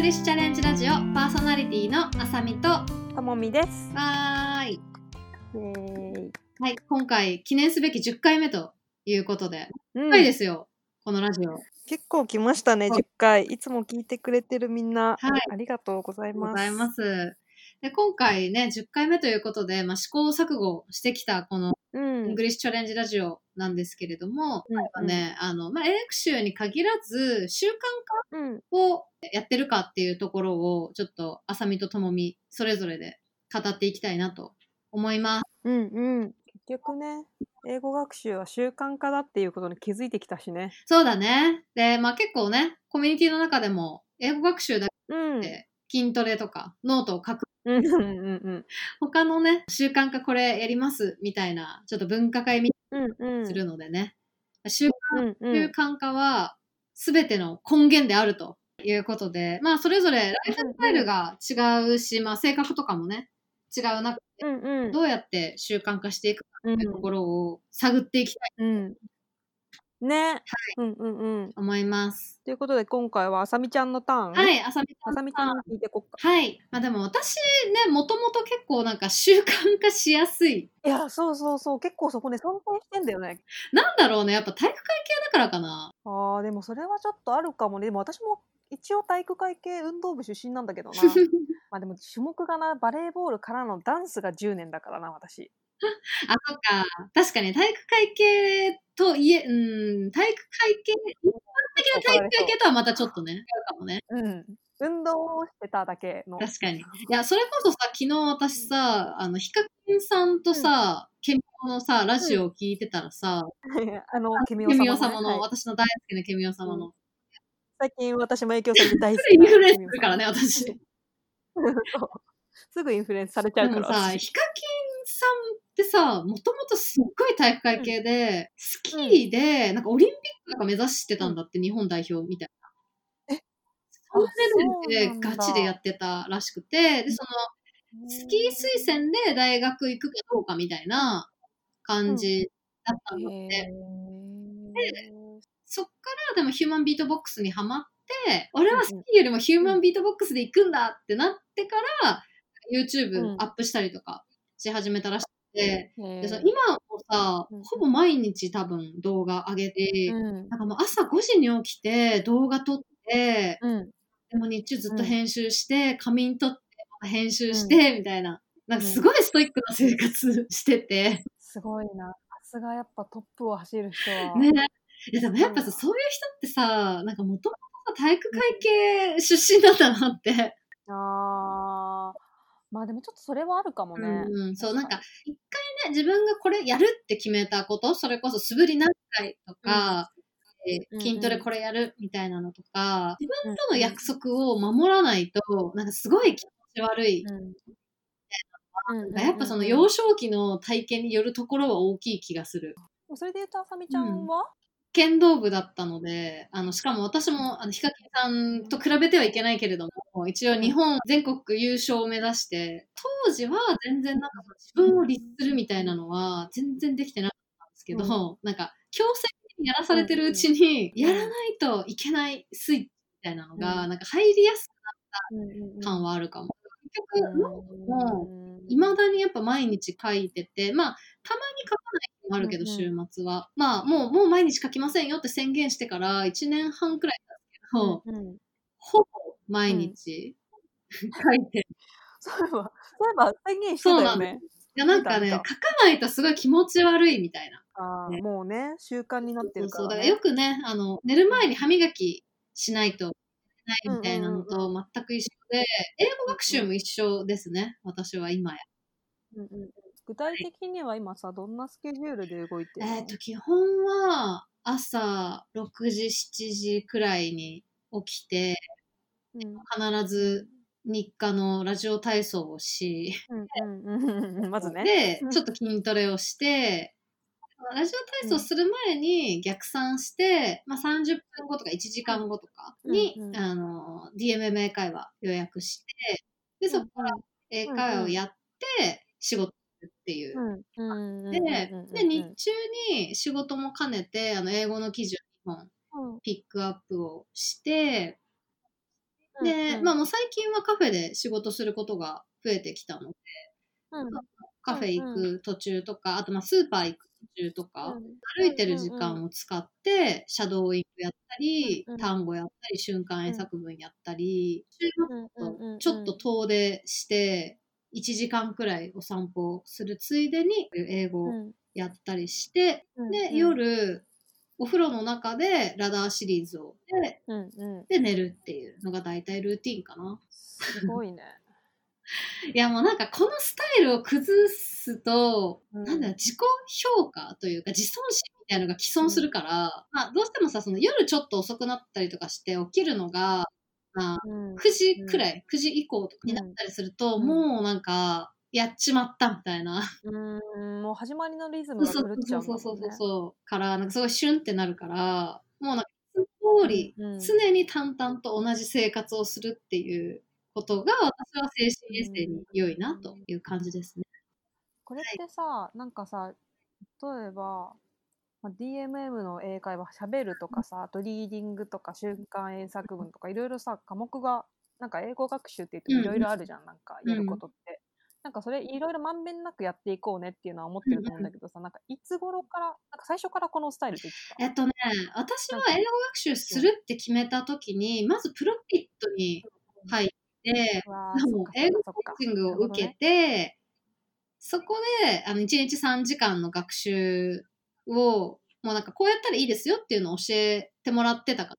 リッシュチャレンジラジオパーソナリティのあさみとともみです。 はーい。 イエーイ。 はい、今回記念すべき10回目ということで、10 うん、 回ですよ、このラジオ。 結構来ましたね、 はい 10回。いつも聞いてくれてるみんな、 はい、 ありがとうございま。 ございますす。で今回ね、10回目ということで、試行錯誤してきたこのうんイングリッシュチャレンジラジオなんですけれども、 うん今回はね、エレクシュに限らず習慣うん化をやってるかっていうところをちょっとあさみとともみそれぞれで語っていきたいなと思います。 うんうん。結局ね、英語学習は習慣化だっていうことに気づいてきたしね。 そうだね。で、結構ね、コミュニティの中でも、英語学習だうんけで筋トレとか、ノートを書く、 うんうんうん他のね、習慣化これやりますみたいな、ちょっと分科会みたいうんうんにするのでね、習うん慣化は全ての根源であるということで、それぞれライフスタイルが違うし、性格とかもね、違う中で、 うんうんどうやって習慣化していくかうんというところを探っていきたいうんね。うんうんうん。 と思います。 ということで今回はあさみちゃんのターン。 はい、あさみあさみちゃんに聞いてこっか。 はい。でも私ね、もともと結構なんか習慣化しやすい。 いや、そうそうそう、結構そこね、尊敬してんだよね。 なんだろうね、やっぱ体育会系だからかな。 ああ、でもそれはちょっとあるかもね。でも私も一応体育会系運動部出身なんだけどな。でも種目がな、バレーボールからのダンスが10年だからな、私。 あ、そっか。確かに体育会系といえ、体育会系、一般的な体育会系とはまたちょっとね、違うかもね。 うん。運動をしてただけの。 確かに。いや、それこそさ、昨日私さ、ヒカキンさんとさ、ケミオのさ、ラジオを聞いてたらさ、 ケミケミオ様のね。 オ様の、 はい。 私の大好きなケミオ様の。 最近私も影響されて大好すぐインきなフルエンスすケミオ様。 るからね、私。 そうすぐインフルエンスされちゃうから、 でもさ、 私。 ヒカキンさんってさ、もともとすっごい体育会系で、スキーで、なんかオリンピックとか目指してたんだって、日本代表みたいな。 え、 そのそうレベルでなんだ。 ガチでやってたらしくて、で、その、スキー推薦で大学行くかどうかみたいな感じだったんだっへて。 ー。 そっからでもヒューマンビートボックスにハマって、俺はスキーよりもヒューマンビートボックスで行くんだってなってから、YouTube アップしたりとかし始めたらしくて、でさ、今もさ、ほぼ毎日多分動画上げて、なんかもう朝5時に起きて動画撮って、でも日中ずっと編集して、仮眠撮って、また編集して、みたいな。なんかすごいストイックな生活してて。 すごいな。さすがやっぱトップを走る人は。 ね。いやでもやっぱさ、そういう人ってさ、なんかもともとさ、体育会系出身だったなって。 ああ、でもちょっとそれはあるかもね。 そう、なんか、一回ね、自分がこれやるって決めたこと、それこそ素振り何回とか、筋トレこれやるみたいなのとか、自分との約束を守らないと、なんかすごい気持ち悪い。やっぱその幼少期の体験によるところは大きい気がする。 それで言うと、あさみちゃんは、 剣道部だったので、しかも私も、ヒカキンさんと比べてはいけないけれども、一応日本全国優勝を目指して、当時は全然なんか自分を律するみたいなのは全然できてなかったんですけど、なんか強制的にやらされてるうちに、やらないといけないスイッチみたいなのが、なんか入りやすくなった感はあるかも。結局、もう、未だにやっぱ毎日書いてて、たまに書かない日もあるけど、週末は。もう毎日書きませんよって宣言してから1年半くらいだけど、ほぼ毎日書いてる。 そういえば宣言してたよね。 いや、なんかね、書かないとすごい気持ち悪いみたいな。 もうね、習慣になってるからね。 だからよくね、寝る前に歯磨きしないとないみたいなのと全く一緒で、英語学習も一緒ですね、私は今や。 具体的には今さ、どんなスケジュールで動いてるの？ 基本は朝6時、7時くらいに起きて、必ず日課のラジオ体操をし、 まずね。 で、ちょっと筋トレをして、ラジオ体操する前に逆算して、30分後とか1時間後とかに、DMM 英会話予約して、で、そこから英会話をやって、仕事するっていう。で、日中に仕事も兼ねて、英語の記事を2本ピックアップをして、 で、 うんまあもう最近はカフェで仕事することが増えてきたので、 うんカフェ行うんく途中とか、あとまあスーパー行く途中とか、 うん歩いてる時うん間を使って、シャドーイングやったり、 うん単語やったり、瞬間英作文やったり、週うん末とうんちょっと遠出して、1時間くらいお散歩するついでに英語をやったりして、で、夜、お風呂の中でラダーシリーズをで寝るっていうのが大体ルーティンかな。 すごいね。 いやもうなんかこのスタイルを崩すと、 うんなんだろう、自己評価というか自尊心みたいなのが既存するから、まあどうしてもさ、その夜ちょっと遅くなったりとかして起きるのが、まあ9時くらい、9時以降とかになったりすると、もうなんか、やっちまったみたいな。 もう始まりのリズムがそう狂っちゃうんだそうもんね。 から、なんかすごいシュンってなるから、もうなんか、その通り、常に淡々と同じ生活をするっていうことが、私は精神衛生に良いなという感じですね。 これってさ、なんかさ、例えば、DMM の英会話喋るとかさ、あとリーディングとか瞬間英作文とかいろいろさ、科目が、なんか英語学習って言ってもいろいろあるじゃん、なんかやることって。なんかそれいろいろまんべんなくやっていこうねっていうのは思ってると思うんだけどさ、なんかいつ頃から、なんか最初からこのスタイルできた？ 私は英語学習するって決めたときに、まずプロフィットに入って、もう英語コーチングを受けて、そこで、1日3時間の学習を、もうなんかこうやったらいいですよっていうのを教えてもらってたから、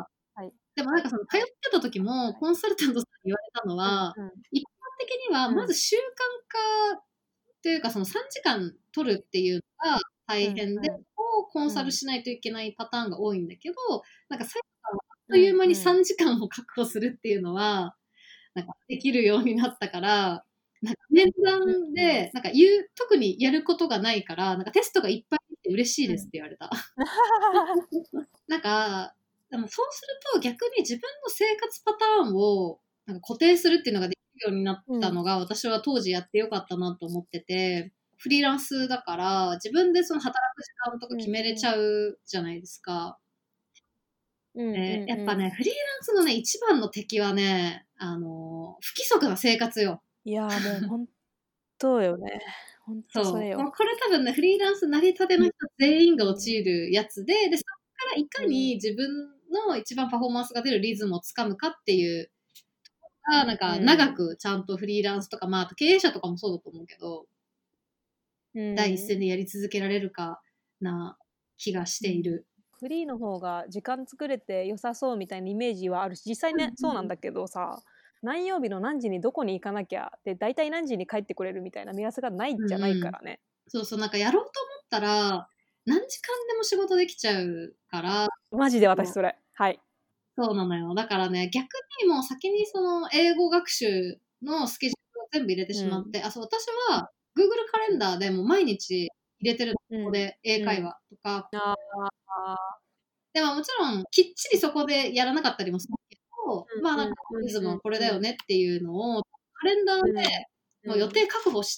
でもなんかその通ってた時も、コンサルタントさんに言われたのは、一般的にはまず習慣化というかその3時間取るっていうのが大変で、コンサルしないといけないパターンが多いんだけど、なんか最後はあっという間に3時間を確保するっていうのは、なんかできるようになったから、なんか面談で、なんか特にやることがないから、なんかテストがいっぱいできて嬉しいですって言われた。なんか、でもそうすると逆に自分の生活パターンをなんか固定するっていうのができるようになったのが、私は当時やってよかったなと思ってて、フリーランスだから、自分でその働く時間とか決めれちゃうじゃないですか。やっぱね、フリーランスのね、一番の敵はね、不規則な生活よ。 いやもう本当よね。本当それよ。 これ多分ね、フリーランス成り立ての人全員が陥るやつで、そこからいかに自分の一番パフォーマンスが出るリズムをつかむかっていうなんか長くちゃんとフリーランスとか、まあ経営者とかもそうだと思うけど、第一線でやり続けられるかな気がしている。 フリーの方が時間作れて良さそうみたいなイメージはあるし、実際ね、そうなんだけどさ、何曜日の何時にどこに行かなきゃで大体何時に帰ってこれるみたいな目安がないじゃないからね。 そうそう、なんかやろうと思ったら何時間でも仕事できちゃうから。 マジで私それ。はい。 そうなのよ。だからね、逆にもう先にその英語学習のスケジュールを全部入れてしまって、私は Google カレンダーでも毎日入れてるの、ここで英会話とか。でももちろんきっちりそこでやらなかったりもするけど、まあなんかリズムはこれだよねっていうのをカレンダーでもう予定確保して、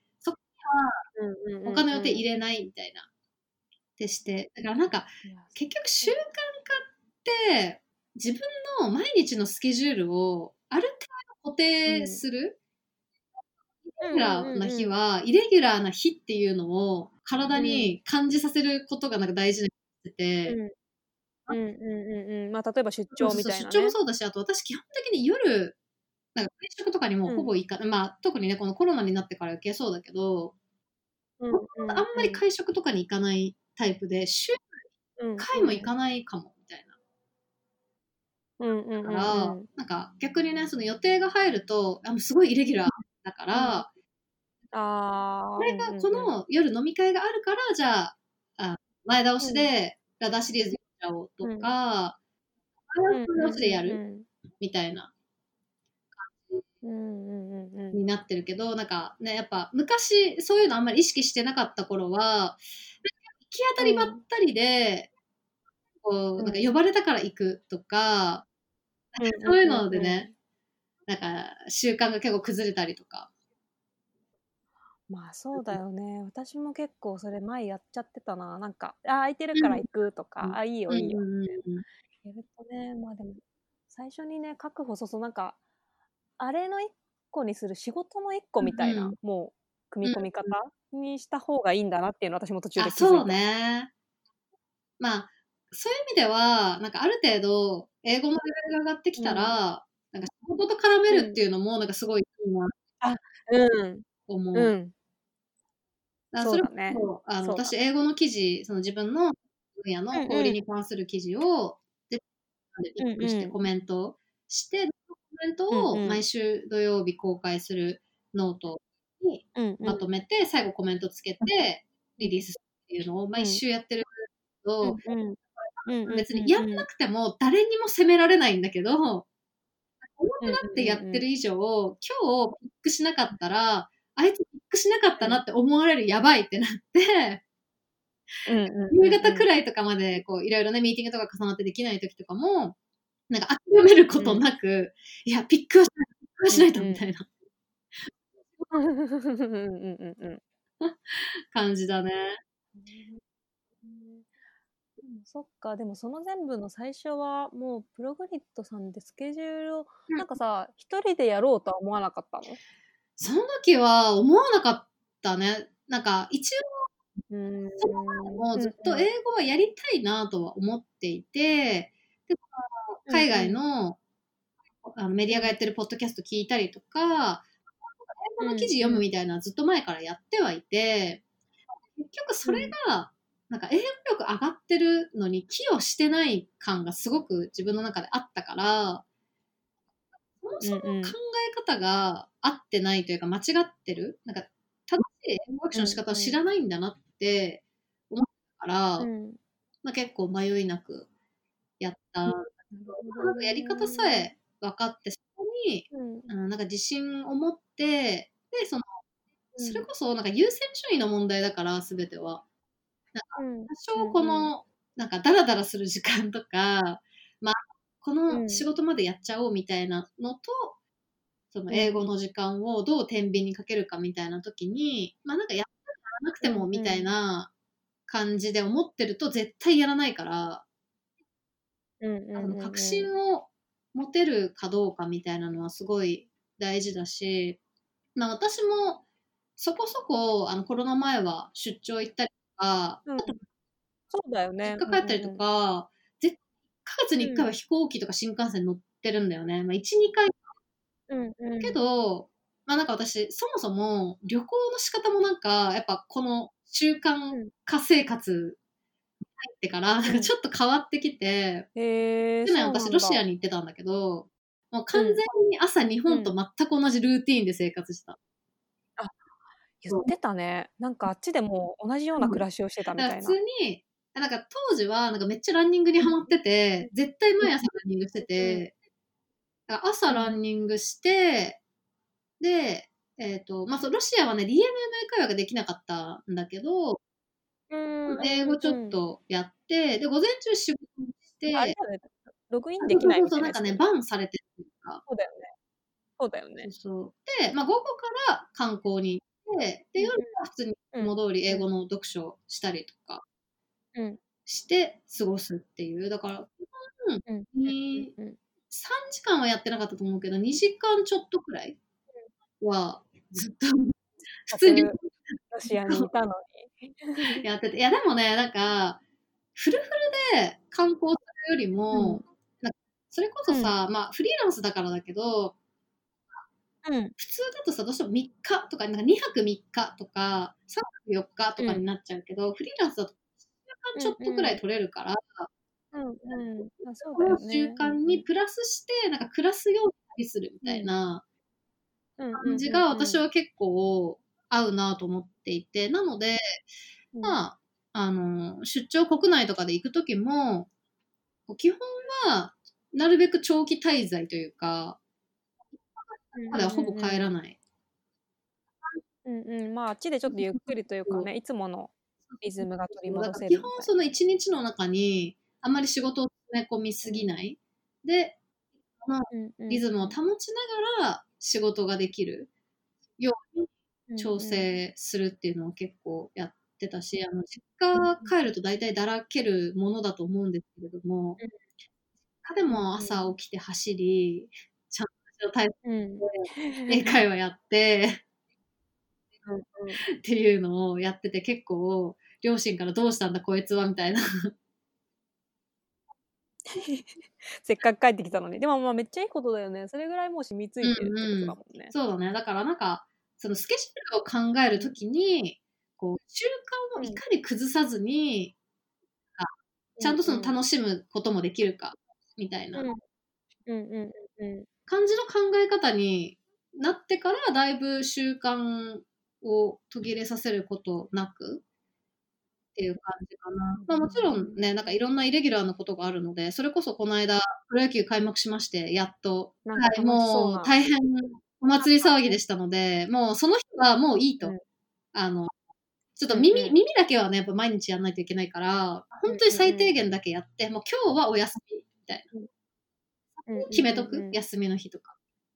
そこには他の予定入れないみたいな。ってして、だからなんか結局習慣化って自分の毎日のスケジュールをある程度固定する。イレギュラーな日は、イレギュラーな日っていうのを体に感じさせることがなんか大事な気がしてて。 まあ例えば出張みたいなね。 出張もそうだし、あと私基本的に夜、なんか会食とかにもほぼ行かない。まあ特にね、このコロナになってから余計そうだけど、あんまり会食とかに行かないタイプで、週1回も行かないかもみたいな。だから、なんか逆にね、その予定が入ると、すごいイレギュラーだから、これが、この夜飲み会があるから、じゃあ、前倒しでラダーシリーズやっちゃおうとか、前倒しでやるみたいな感じになってるけど、なんかね、やっぱ昔そういうのあんまり意識してなかった頃は、行き当たりばったりで、こう、なんか呼ばれたから行くとか、そういうのでね、なんか習慣が結構崩れたりとか。 まあそうだよね。私も結構それ前やっちゃってたな。なんか、空いてるから行くとか、いいよいいよって。やるとね、まあでも。 最初にね、確保、そうなんか、あれの一個にする、仕事の一個みたいな、もう、組み込み方にした方がいいんだなっていうのを私も途中で気づいた。 そうね。まあ、そういう意味では、なんかある程度、英語のレベルが上がってきたら、なんか仕事と絡めるっていうのも、なんかすごいいいなと思う。それこそ、私、英語の記事、その自分の分野の小売りに関する記事を、で、ピックしてコメントして、コメントを毎週土曜日公開するノートにまとめて、最後コメントつけて、リリースするっていうのを毎週やってるけど、別にやんなくても誰にも責められないんだけど、表だってやってる以上、今日ピックしなかったら、あいつピックしなかったなって思われるやばいってなって、夕方くらいとかまで、こう、いろいろね、ミーティングとか重なってできない時とかも、なんか諦めることなく、いや、ピックはしないと、みたいな感じだね。 そっか、でもその全部の最初はもうプログリッドさんでスケジュールを、なんかさ、一人でやろうとは思わなかったの？ その時は思わなかったね。なんか一応、その前もずっと英語はやりたいなとは思っていて、で海外のメディアがやってるポッドキャスト聞いたりとか、英語の記事読むみたいなのはずっと前からやってはいて、結局それが、なんか英語力上がってるのに寄与してない感がすごく自分の中であったから、そもそも考え方が合ってないというか間違ってる、なんか正しい英語学習の仕方を知らないんだなって思ったから、まあ、結構迷いなくやった。なんかやり方さえ分かって、そこに、なんか自信を持って、で、それこそなんか優先順位の問題だから、すべては。なんか多少この、なんかダラダラする時間とか、まあ、この仕事までやっちゃおうみたいなのと、その英語の時間をどう天秤にかけるかみたいな時に、まあなんかやらなくてもみたいな感じで思ってると絶対やらないから、確信を持てるかどうかみたいなのはすごい大事だし、まあ私もそこそこコロナ前は出張行ったりとか、 そうだよね。 実家帰ったりとか、1ヶ月に1回は飛行機とか新幹線乗ってるんだよね。まあ1、2回。けど、まあなんか私、そもそも旅行の仕方もなんか、やっぱこの習慣化生活入ってから、なんかちょっと変わってきて、去年私ロシアに行ってたんだけど、もう完全に朝日本と全く同じルーティーンで生活した。 言ってたね。なんかあっちでも同じような暮らしをしてたみたいな。 普通に、なんか当時はなんかめっちゃランニングにハマってて、絶対毎朝ランニングしてて、朝ランニングして、で、まあ、ロシアはね、DMM 英会話ができなかったんだけど、英語ちょっとやって、で、午前中仕事して、 あれだね、ログインできないみたいな。 なんかね、バンされてるっていうか。 そうだよね。そうだよね。 で、まあ、午後から観光に行って、で、夜は普通にいつも通り英語の読書したりとかして過ごすっていう。だから、3時間はやってなかったと思うけど、2時間ちょっとくらいはずっと普通にロシアにいたのにやってて。いや、でもね、なんか、フルフルで観光するよりも、それこそさ、まあ、フリーランスだからだけど、普通だとさ、どうしても3日とか、なんか2泊3日とか、3泊4日とかになっちゃうけど、フリーランスだと1週間ちょっとくらい取れるから、 そうだよね。 この習慣にプラスして、なんか暮らすように旅するみたいな感じが私は結構合うなと思っていて、なので、まあ、出張国内とかで行くときも、基本は、なるべく長期滞在というか、まではほぼ帰らない。 まあ、あっちでちょっとゆっくりというかね、いつものリズムが取り戻せる。 基本その一日の中に、あんまり仕事を詰め込みすぎない。で、リズムを保ちながら仕事ができるように調整するっていうのを結構やってたし、実家帰ると大体だらけるものだと思うんですけれども、 でも朝起きて走り、ちゃんと体操うん。 で英会話やって、 うんうんっていうのをやってて、結構、両親からどうしたんだこいつはみたいな。 せっかく帰ってきたのに。でもまあめっちゃいいことだよね。それぐらいもう染みついてるってことだもんね。 そうだね。だからなんか、そのスケジュールを考えるときに、こう、習慣をいかに崩さずに、ちゃんとその楽しむこともできるか、みたいな感じの考え方になってから、だいぶ習慣を途切れさせることなくっていう感じかな。まあもちろんね、なんかいろんなイレギュラーなことがあるので、それこそこの間、プロ野球開幕しまして、やっと。 なんかはい、 楽しそうな。 もう大変お祭り騒ぎでしたので、もうその日はもういいと。ちょっと耳だけはね、やっぱ毎日やんないといけないから、本当に最低限だけやって、もう今日はお休みみたいな。決めとく、休みの日とか。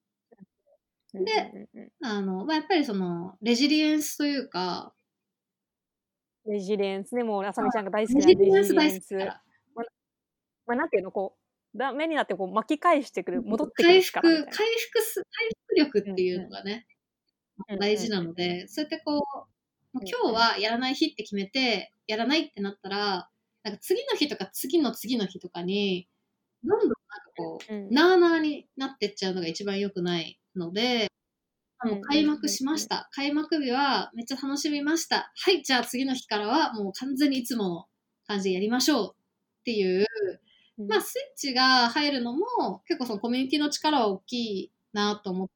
で、まあ、やっぱりその、レジリエンスというか、 レジリエンスね、もうあさみちゃんが大好きなレジリエンスレジリエンス。 大好きだから。 まあ、なんていうの、こう、ダメになってこう巻き返してくる、戻ってくる力みたいな。 回復力っていうのがね、大事なので、そうやってこう、今日はやらない日って決めて、やらないってなったら、なんか次の日とか次の次の日とかに、どんどんなんかこう、なーなーになってっちゃうのが一番良くないので、もう開幕しました。開幕日はめっちゃ楽しみました。はい、じゃあ次の日からはもう完全にいつもの感じでやりましょうっていう、まあスイッチが入るのも結構そのコミュニティの力は大きいなと思って、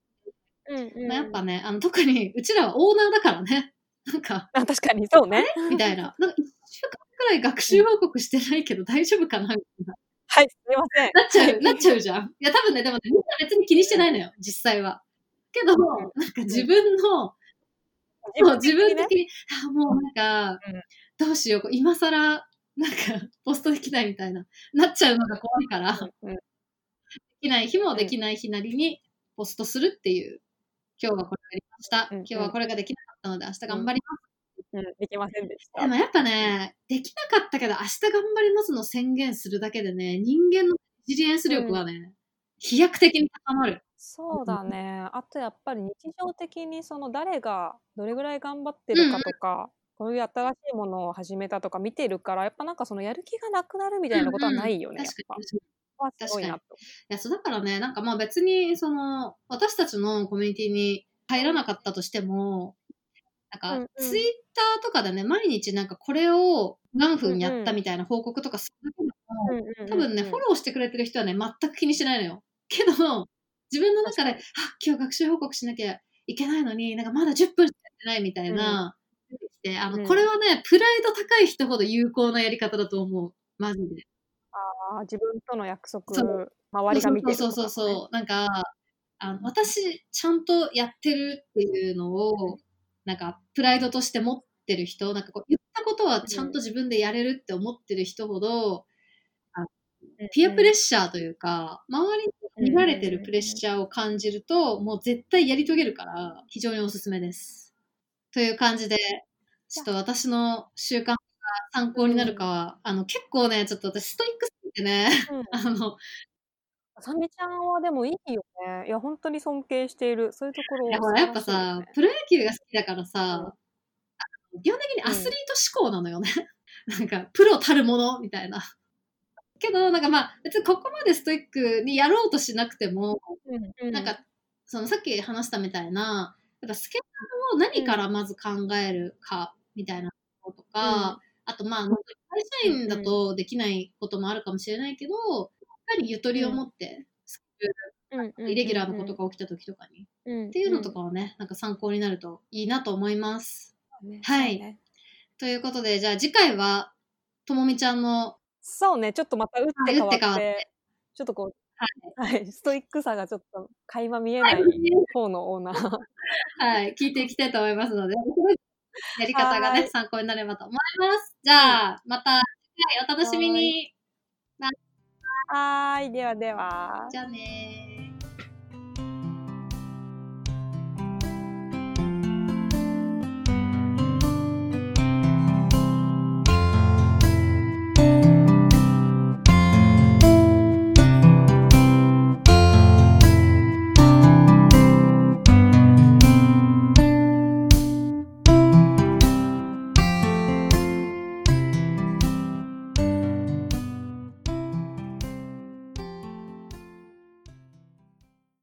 まあ、やっぱね、特にうちらはオーナーだからね。なんか、 あ、確かにそうね。 みたいな。なんか1週間くらい学習報告してないけど大丈夫かなみたいな。 はい、すみません。 なっちゃうじゃん。いや、多分ね、でもね、みんな別に気にしてないのよ、実際は。けど、なんか自分の、自分的に、もうなんか、どうしよう、今更、なんか、ポストできないみたいな、なっちゃうのが怖いから、できない日もできない日なりにポストするっていう、今日はこれやりました。今日はこれができなかったので、明日頑張ります。 できませんでした。 でもやっぱね、できなかったけど、明日頑張りますの宣言するだけでね、人間のレジリエンス力はね、飛躍的に高まる。 そうだね。あとやっぱり日常的にその誰がどれぐらい頑張ってるかとか、こういう新しいものを始めたとか見てるから、やっぱなんかそのやる気がなくなるみたいなことはないよね。 確かに。 すごいなと。 いや、そうだからね、なんかまあ別に、その、私たちのコミュニティに入らなかったとしても、なんか、ツイッターとかでね、毎日なんかこれを何分やったみたいな報告とかするだけでも、多分ね、フォローしてくれてる人はね、全く気にしてないのよ。けど、自分の中で、今日学習報告しなきゃいけないのに、なんかまだ10分しかやってないみたいな、これはね、プライド高い人ほど有効なやり方だと思う。マジで。 自分との約束、周りが見てるとか、ね。 そう。なんか、私、ちゃんとやってるっていうのを、なんか、プライドとして持ってる人、なんかこう、言ったことはちゃんと自分でやれるって思ってる人ほど、ピアプレッシャーというか、周りに見られてるプレッシャーを感じると、もう絶対やり遂げるから、非常におすすめです。という感じで、ちょっと私の習慣が参考になるかは、結構ね、ちょっと私ストイックすぎてね、 あさみちゃんはでもいいよね。いや、本当に尊敬している。そういうところ、 いや、ほら、やっぱさ、プロ野球が好きだからさ、基本的にアスリート思考なのよね。なんか、プロたるものみたいな。けど、なんかまあ、別にここまでストイックにやろうとしなくても、なんか、そのさっき話したみたいな、やっぱスケジュールを何からまず考えるか、みたいなこととか、あとまあ、会社員だとできないこともあるかもしれないけど、やっぱりゆとりを持って、スケジュール、イレギュラーなことが起きた時とかに、っていうのとかはね、なんか参考になるといいなと思います。はい。ということで、じゃあ次回は、ともみちゃんの、 そうね、ちょっとまた打って変わって、ちょっとこう、はい、ストイックさがちょっと垣間見えない方のオーナー。 はい、聞いていきたいと思いますので、やり方がね、参考になればと思います。じゃあ、また次回お楽しみに。 はい、ではでは。 じゃあねー。